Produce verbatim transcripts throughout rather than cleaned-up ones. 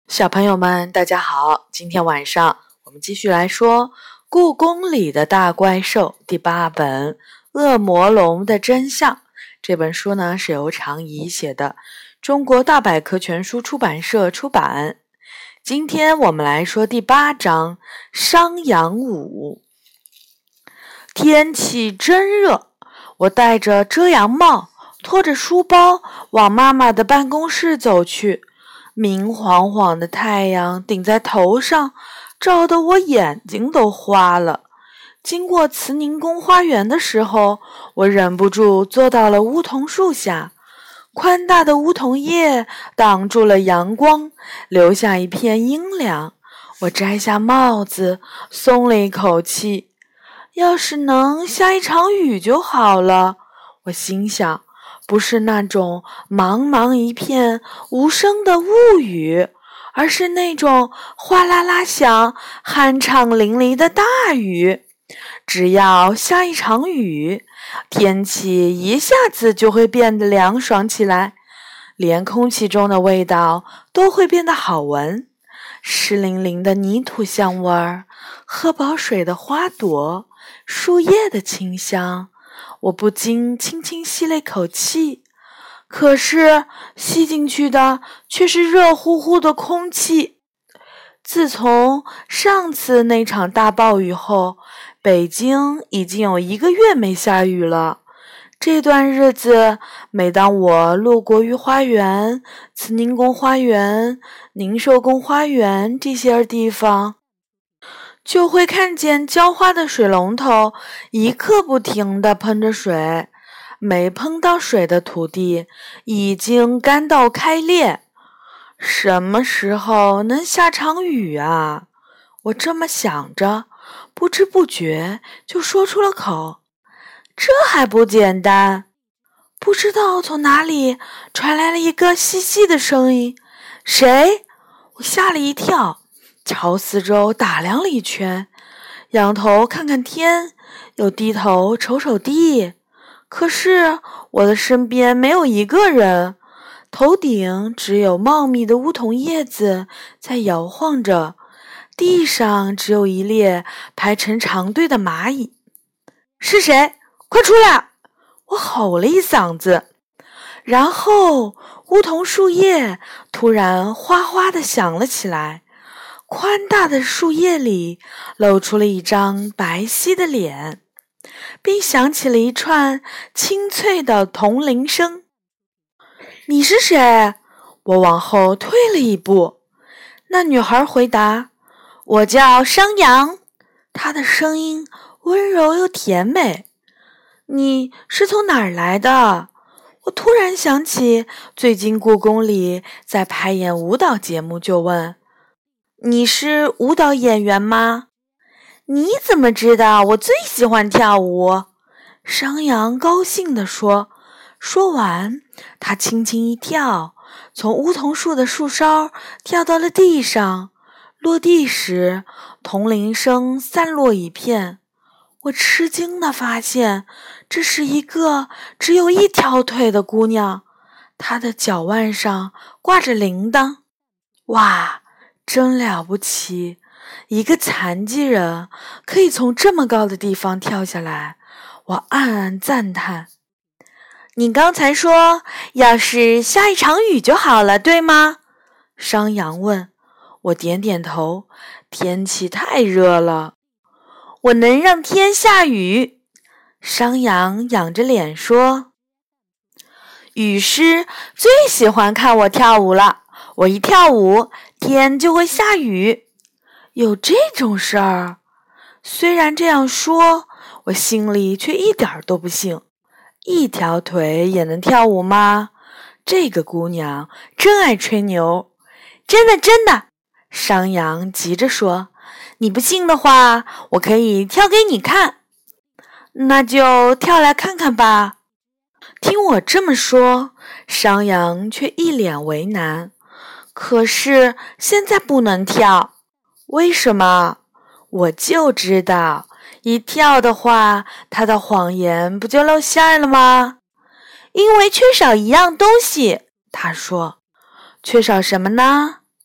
小朋友们大家好，今天晚上我们继续来说故宫里的大怪兽第八本《恶魔龙的真相》。这本书呢是由常怡写的，中国大百科全书出版社出版。今天我们来说第八章商阳舞。天气真热，我戴着遮阳帽，拖着书包往妈妈的办公室走去。明晃晃的太阳顶在头上，照得我眼睛都花了。经过慈宁宫花园的时候，我忍不住坐到了梧桐树下。宽大的梧桐叶挡住了阳光，留下一片阴凉。我摘下帽子，松了一口气。要是能下一场雨就好了，我心想。不是那种茫茫一片无声的雾雨，而是那种哗啦啦响、酣畅淋漓的大雨。只要下一场雨，天气一下子就会变得凉爽起来，连空气中的味道都会变得好闻。湿淋淋的泥土香味儿，喝饱水的花朵，树叶的清香。我不禁轻轻吸了一口气，可是吸进去的却是热乎乎的空气。自从上次那场大暴雨后，北京已经有一个月没下雨了。这段日子，每当我路过御花园、慈宁宫花园、宁寿宫花园这些地方，就会看见浇花的水龙头一刻不停地喷着水，没碰到水的土地已经干到开裂。什么时候能下场雨啊？我这么想着，不知不觉就说出了口。这还不简单？不知道从哪里传来了一个细细的声音。谁？我吓了一跳，朝四周打量了一圈，仰头看看天，又低头瞅瞅地。可是我的身边没有一个人，头顶只有茂密的梧桐叶子在摇晃着，地上只有一列排成长队的蚂蚁。是谁？快出来！我吼了一嗓子，然后梧桐树叶突然哗哗地响了起来。宽大的树叶里露出了一张白皙的脸，并响起了一串清脆的铜铃声。你是谁？我往后退了一步。那女孩回答，我叫商阳。她的声音温柔又甜美。你是从哪儿来的？我突然想起最近故宫里在排演舞蹈节目，就问，你是舞蹈演员吗？你怎么知道我最喜欢跳舞？商阳高兴地说。说完，他轻轻一跳，从梧桐树的树梢跳到了地上。落地时，铜铃声散落一片。我吃惊地发现，这是一个只有一条腿的姑娘，她的脚腕上挂着铃铛。哇！真了不起，一个残疾人可以从这么高的地方跳下来，我暗暗赞叹。你刚才说，要是下一场雨就好了，对吗？商阳问。我点点头，天气太热了。我能让天下雨。商阳仰着脸说。雨师最喜欢看我跳舞了，我一跳舞，天就会下雨。有这种事儿？虽然这样说，我心里却一点都不信。一条腿也能跳舞吗？这个姑娘真爱吹牛。真的真的，商阳急着说。你不信的话，我可以跳给你看。那就跳来看看吧。听我这么说，商阳却一脸为难。可是现在不能跳。为什么？我就知道，一跳的话，他的谎言不就露馅儿了吗？因为缺少一样东西，他说。缺少什么呢？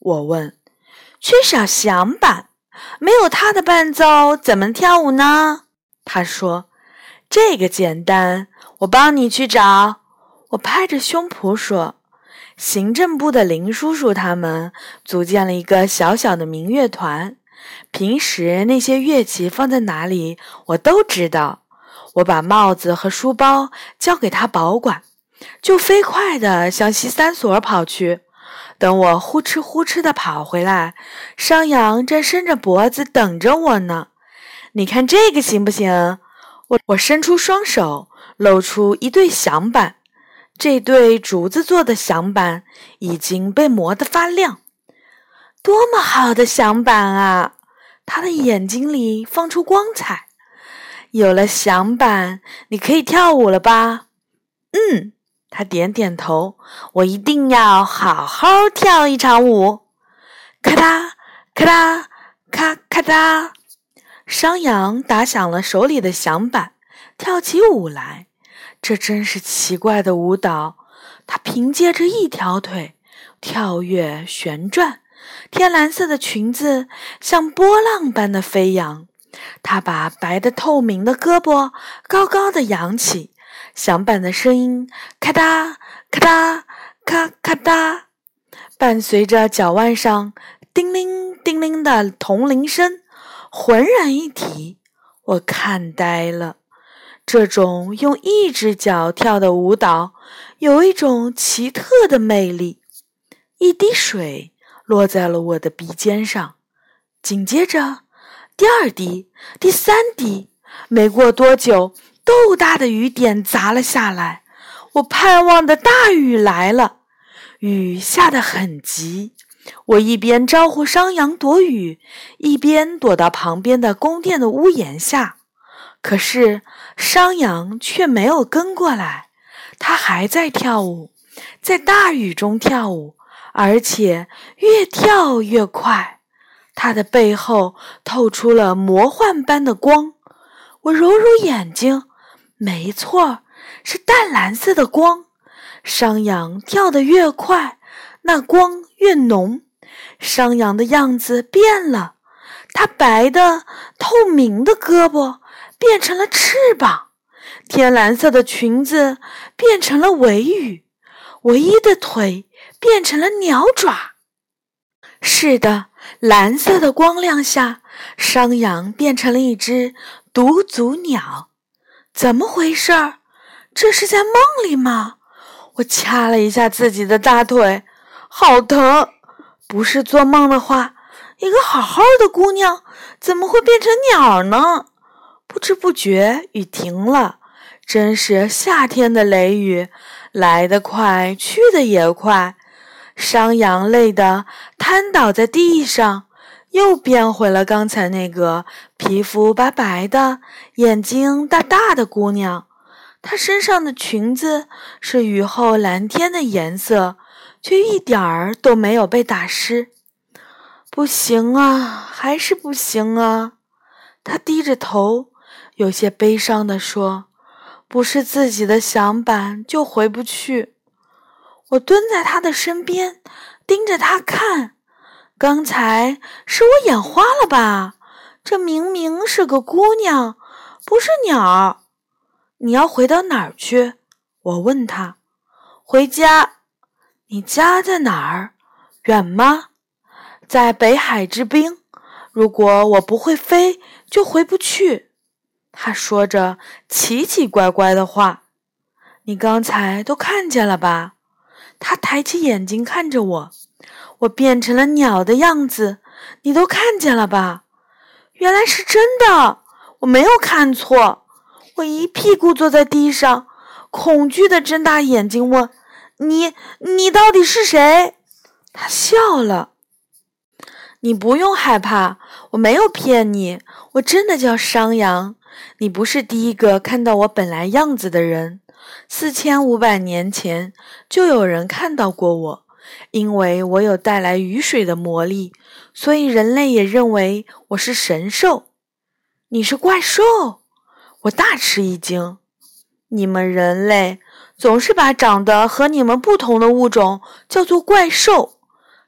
我问。缺少响板，没有它的伴奏怎么跳舞呢？他说。这个简单，我帮你去找。我拍着胸脯说。行政部的林叔叔他们组建了一个小小的民乐团，平时那些乐器放在哪里我都知道。我把帽子和书包交给他保管，就飞快地向西三所跑去。等我呼哧呼哧地跑回来，商阳正伸着脖子等着我呢。你看这个行不行？我我伸出双手，露出一对响板。这对竹子做的响板已经被磨得发亮。多么好的响板啊！他的眼睛里放出光彩。有了响板，你可以跳舞了吧？嗯，他点点头。我一定要好好跳一场舞。咔嗒咔嗒咔咔嗒，商阳打响了手里的响板，跳起舞来。这真是奇怪的舞蹈，他凭借着一条腿跳跃旋转，天蓝色的裙子像波浪般的飞扬。他把白的透明的胳膊高高的扬起，响板的声音咔嗒咔嗒咔咔嗒，伴随着脚腕上叮铃叮铃的铜铃声，浑然一体。我看呆了。这种用一只脚跳的舞蹈有一种奇特的魅力。一滴水落在了我的鼻尖上，紧接着第二滴，第三滴，没过多久，豆大的雨点砸了下来。我盼望的大雨来了，雨下得很急。我一边招呼商阳躲雨，一边躲到旁边的宫殿的屋檐下。可是商阳却没有跟过来，他还在跳舞，在大雨中跳舞，而且越跳越快。他的背后透出了魔幻般的光。我揉揉眼睛，没错，是淡蓝色的光。商阳跳得越快，那光越浓。商阳的样子变了，他白的透明的胳膊变成了翅膀，天蓝色的裙子变成了尾羽，唯一的腿变成了鸟爪。是的，蓝色的光亮下，商阳变成了一只独足鸟。怎么回事儿？这是在梦里吗？我掐了一下自己的大腿，好疼！不是做梦的话，一个好好的姑娘怎么会变成鸟呢？不知不觉雨停了，真是夏天的雷雨，来得快，去得也快。商阳累得瘫倒在地上，又变回了刚才那个皮肤白白的、眼睛大大的姑娘。她身上的裙子是雨后蓝天的颜色，却一点儿都没有被打湿。不行啊，还是不行啊！她低着头，有些悲伤地说：“不是自己的响板就回不去。”我蹲在她的身边，盯着她看。刚才是我眼花了吧？这明明是个姑娘，不是鸟。你要回到哪儿去？我问她。回家。你家在哪儿？远吗？在北海之滨。如果我不会飞，就回不去。她说着奇奇怪怪的话。你刚才都看见了吧？她抬起眼睛看着我。我变成了鸟的样子，你都看见了吧？原来是真的，我没有看错。我一屁股坐在地上，恐惧地睁大眼睛问：你你到底是谁？他笑了。你不用害怕，我没有骗你，我真的叫商阳。你不是第一个看到我本来样子的人，四千五百年前就有人看到过我。因为我有带来雨水的魔力，所以人类也认为我是神兽。你是怪兽？我大吃一惊。你们人类总是把长得和你们不同的物种叫做怪兽，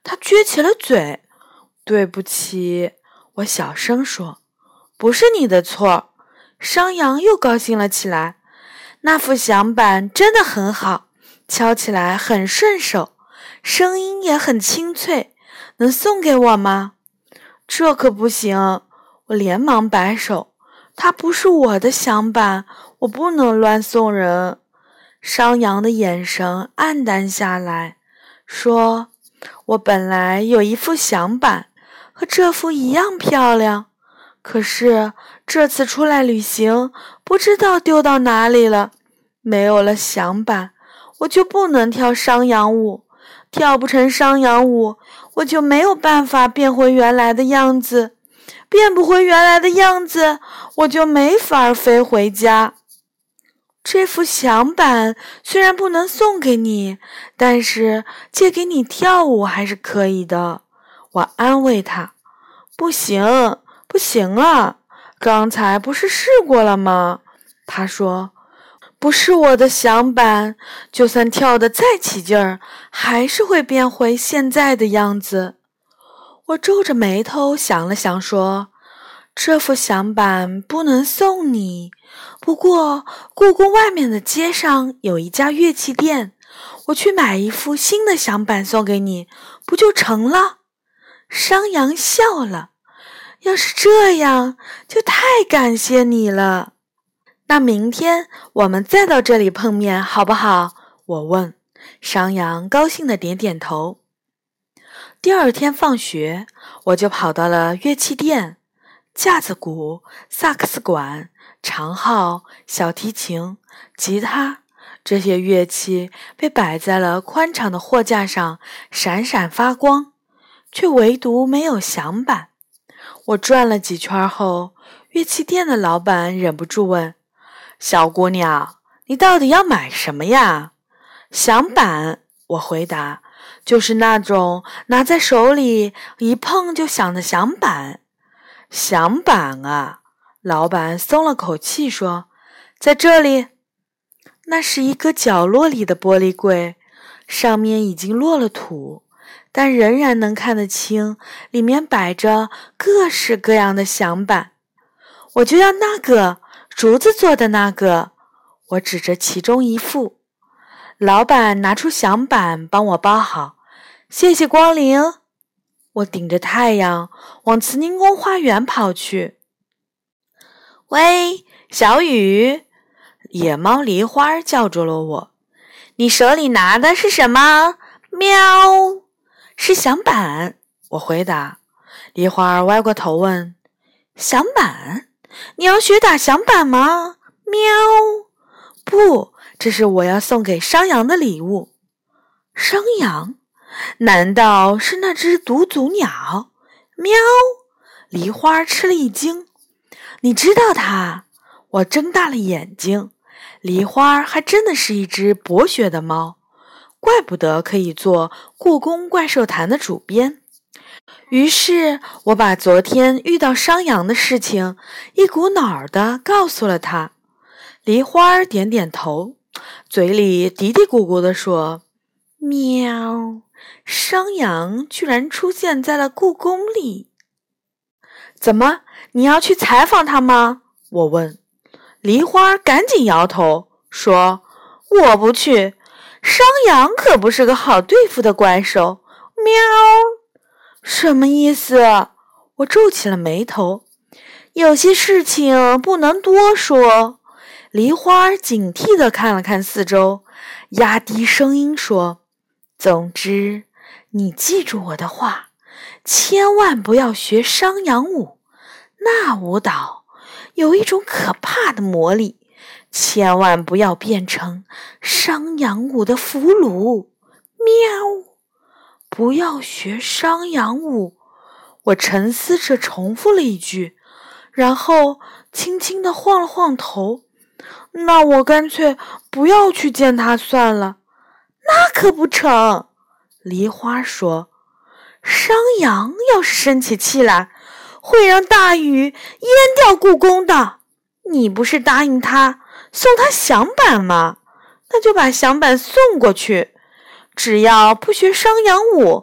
他撅起了嘴。对不起，我小声说，不是你的错。商羊又高兴了起来，那副响板真的很好，敲起来很顺手，声音也很清脆，能送给我吗？这可不行，我连忙摆手，它不是我的响板，我不能乱送人。商羊的眼神黯淡下来，说，我本来有一副响板，和这副一样漂亮，可是这次出来旅行，不知道丢到哪里了，没有了响板，我就不能跳商羊舞，跳不成商羊舞，我就没有办法变回原来的样子，变不回原来的样子，我就没法飞回家。这副响板虽然不能送给你，但是借给你跳舞还是可以的。我安慰他，不行，不行啊，刚才不是试过了吗？他说，不是我的响板，就算跳得再起劲儿，还是会变回现在的样子。我皱着眉头想了想说，这副响板不能送你，不过故宫外面的街上有一家乐器店，我去买一副新的响板送给你，不就成了？商羊笑了，要是这样，就太感谢你了。那明天我们再到这里碰面好不好？我问。商羊高兴地点点头。第二天放学，我就跑到了乐器店，架子鼓、萨克斯管、长号、小提琴、吉他，这些乐器被摆在了宽敞的货架上，闪闪发光，却唯独没有响板。我转了几圈后，乐器店的老板忍不住问，小姑娘，你到底要买什么呀？响板，我回答，就是那种拿在手里一碰就响的响板。响板啊，老板松了口气说，在这里。那是一个角落里的玻璃柜，上面已经落了土，但仍然能看得清，里面摆着各式各样的响板。我就要那个，竹子做的那个，我指着其中一副。老板拿出响板帮我包好，谢谢光临。我顶着太阳往慈宁宫花园跑去。喂，小雨，野猫梨花叫住了我，你手里拿的是什么？喵，是响板，我回答。梨花歪过头问，响板？你要学打响板吗？喵，不，这是我要送给商羊的礼物。商羊？难道是那只独足鸟？喵！梨花吃了一惊。你知道它？我睁大了眼睛。梨花还真的是一只博学的猫，怪不得可以做故宫怪兽谈的主编。于是我把昨天遇到商羊的事情一股脑儿地告诉了他。梨花点点头，嘴里嘀嘀咕咕地说，喵，商羊居然出现在了故宫里。怎么，你要去采访他吗？我问。梨花赶紧摇头说，我不去，商羊可不是个好对付的怪兽。喵，什么意思？我皱起了眉头。有些事情不能多说。梨花警惕地看了看四周，压低声音说，总之，你记住我的话，千万不要学商羊舞，那舞蹈有一种可怕的魔力，千万不要变成商羊舞的俘虏。喵，不要学商羊舞。我沉思着重复了一句，然后轻轻地晃了晃头。那我干脆不要去见他算了。那可不成，梨花说，商羊要是生起气来，会让大雨淹掉故宫的。你不是答应他送他响板吗？那就把响板送过去，只要不学商羊舞，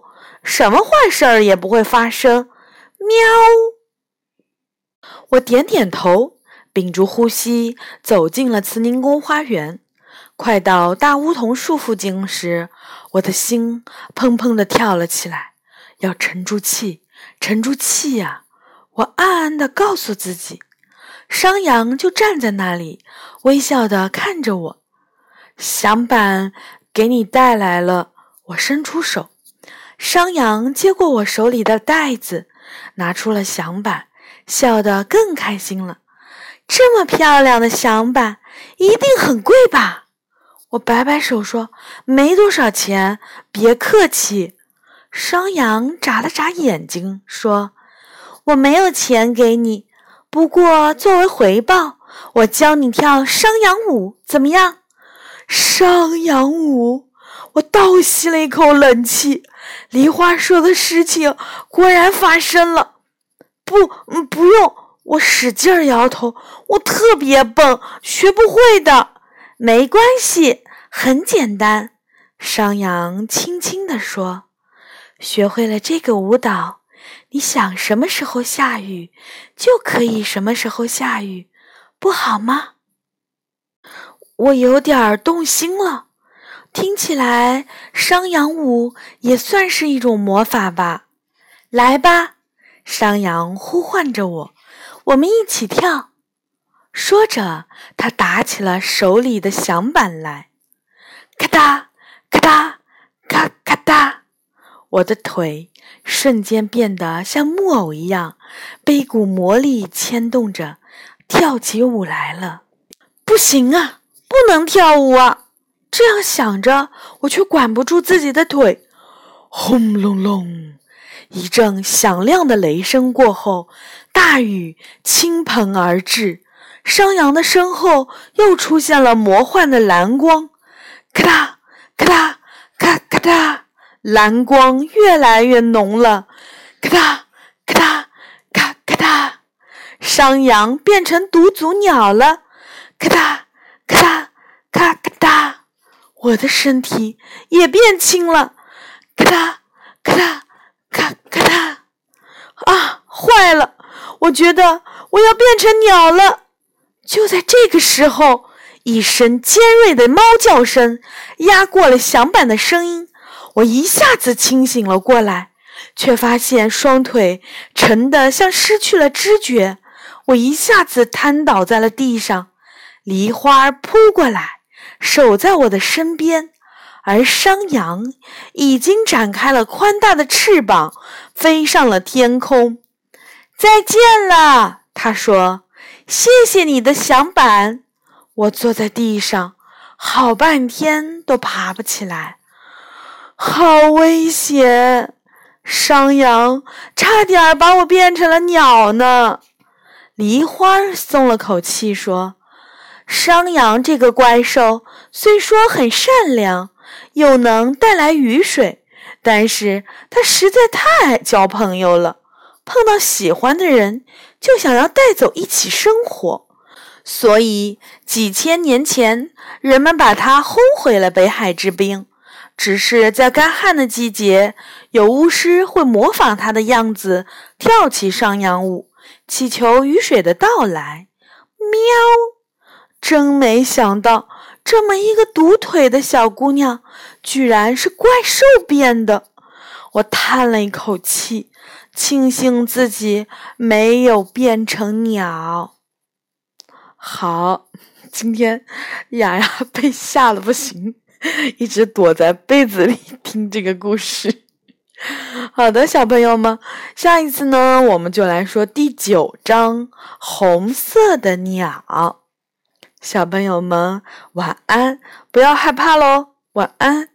什么坏事儿也不会发生。喵！我点点头，屏住呼吸，走进了慈宁宫花园。快到大梧桐树附近时，我的心砰砰地跳了起来。要沉住气，沉住气呀！我暗暗地告诉自己。商阳就站在那里，微笑地看着我。响板给你带来了，我伸出手。商阳接过我手里的袋子，拿出了响板，笑得更开心了。这么漂亮的响板，一定很贵吧？我摆摆手说，没多少钱，别客气。商阳眨了眨眼睛说，我没有钱给你，不过作为回报，我教你跳商阳舞，怎么样？商阳舞，我倒吸了一口冷气。梨花说的事情果然发生了。不，嗯，不用，我使劲摇头，我特别笨，学不会的。没关系，很简单。商阳轻轻地说，学会了这个舞蹈，你想什么时候下雨，就可以什么时候下雨，不好吗？我有点动心了，听起来商阳舞也算是一种魔法吧。来吧，商阳呼唤着我，我们一起跳。说着，他打起了手里的响板来，咔嗒咔嗒咔咔嗒，我的腿瞬间变得像木偶一样，被一股魔力牵动着，跳起舞来了。不行啊，不能跳舞啊！这样想着，我却管不住自己的腿。轰隆隆，一阵响亮的雷声过后，大雨倾盆而至。商阳的身后又出现了魔幻的蓝光，咔嗒咔嗒咔咔嗒，蓝光越来越浓了，咔嗒咔嗒咔咔嗒，商阳变成独足鸟了，咔嗒咔嗒咔咔嗒，我的身体也变轻了，咔嗒咔嗒咔咔嗒，啊，坏了，我觉得我要变成鸟了。就在这个时候，一声尖锐的猫叫声压过了响板的声音，我一下子清醒了过来，却发现双腿沉得像失去了知觉，我一下子瘫倒在了地上。梨花扑过来，守在我的身边，而商阳已经展开了宽大的翅膀，飞上了天空。再见了，他说，谢谢你的响板。我坐在地上，好半天都爬不起来，好危险！商阳差点把我变成了鸟呢。梨花松了口气说，商阳这个怪兽虽说很善良，又能带来雨水，但是他实在太爱交朋友了，碰到喜欢的人就想要带走一起生活，所以几千年前人们把它轰回了北海之滨。只是在干旱的季节，有巫师会模仿它的样子跳起商阳舞，祈求雨水的到来。喵！真没想到，这么一个独腿的小姑娘，居然是怪兽变的。我叹了一口气，庆幸自己没有变成鸟。好，今天雅雅被吓得不行，一直躲在被子里听这个故事。好的，小朋友们，下一次呢，我们就来说第九章红色的鸟。小朋友们，晚安，不要害怕咯，晚安。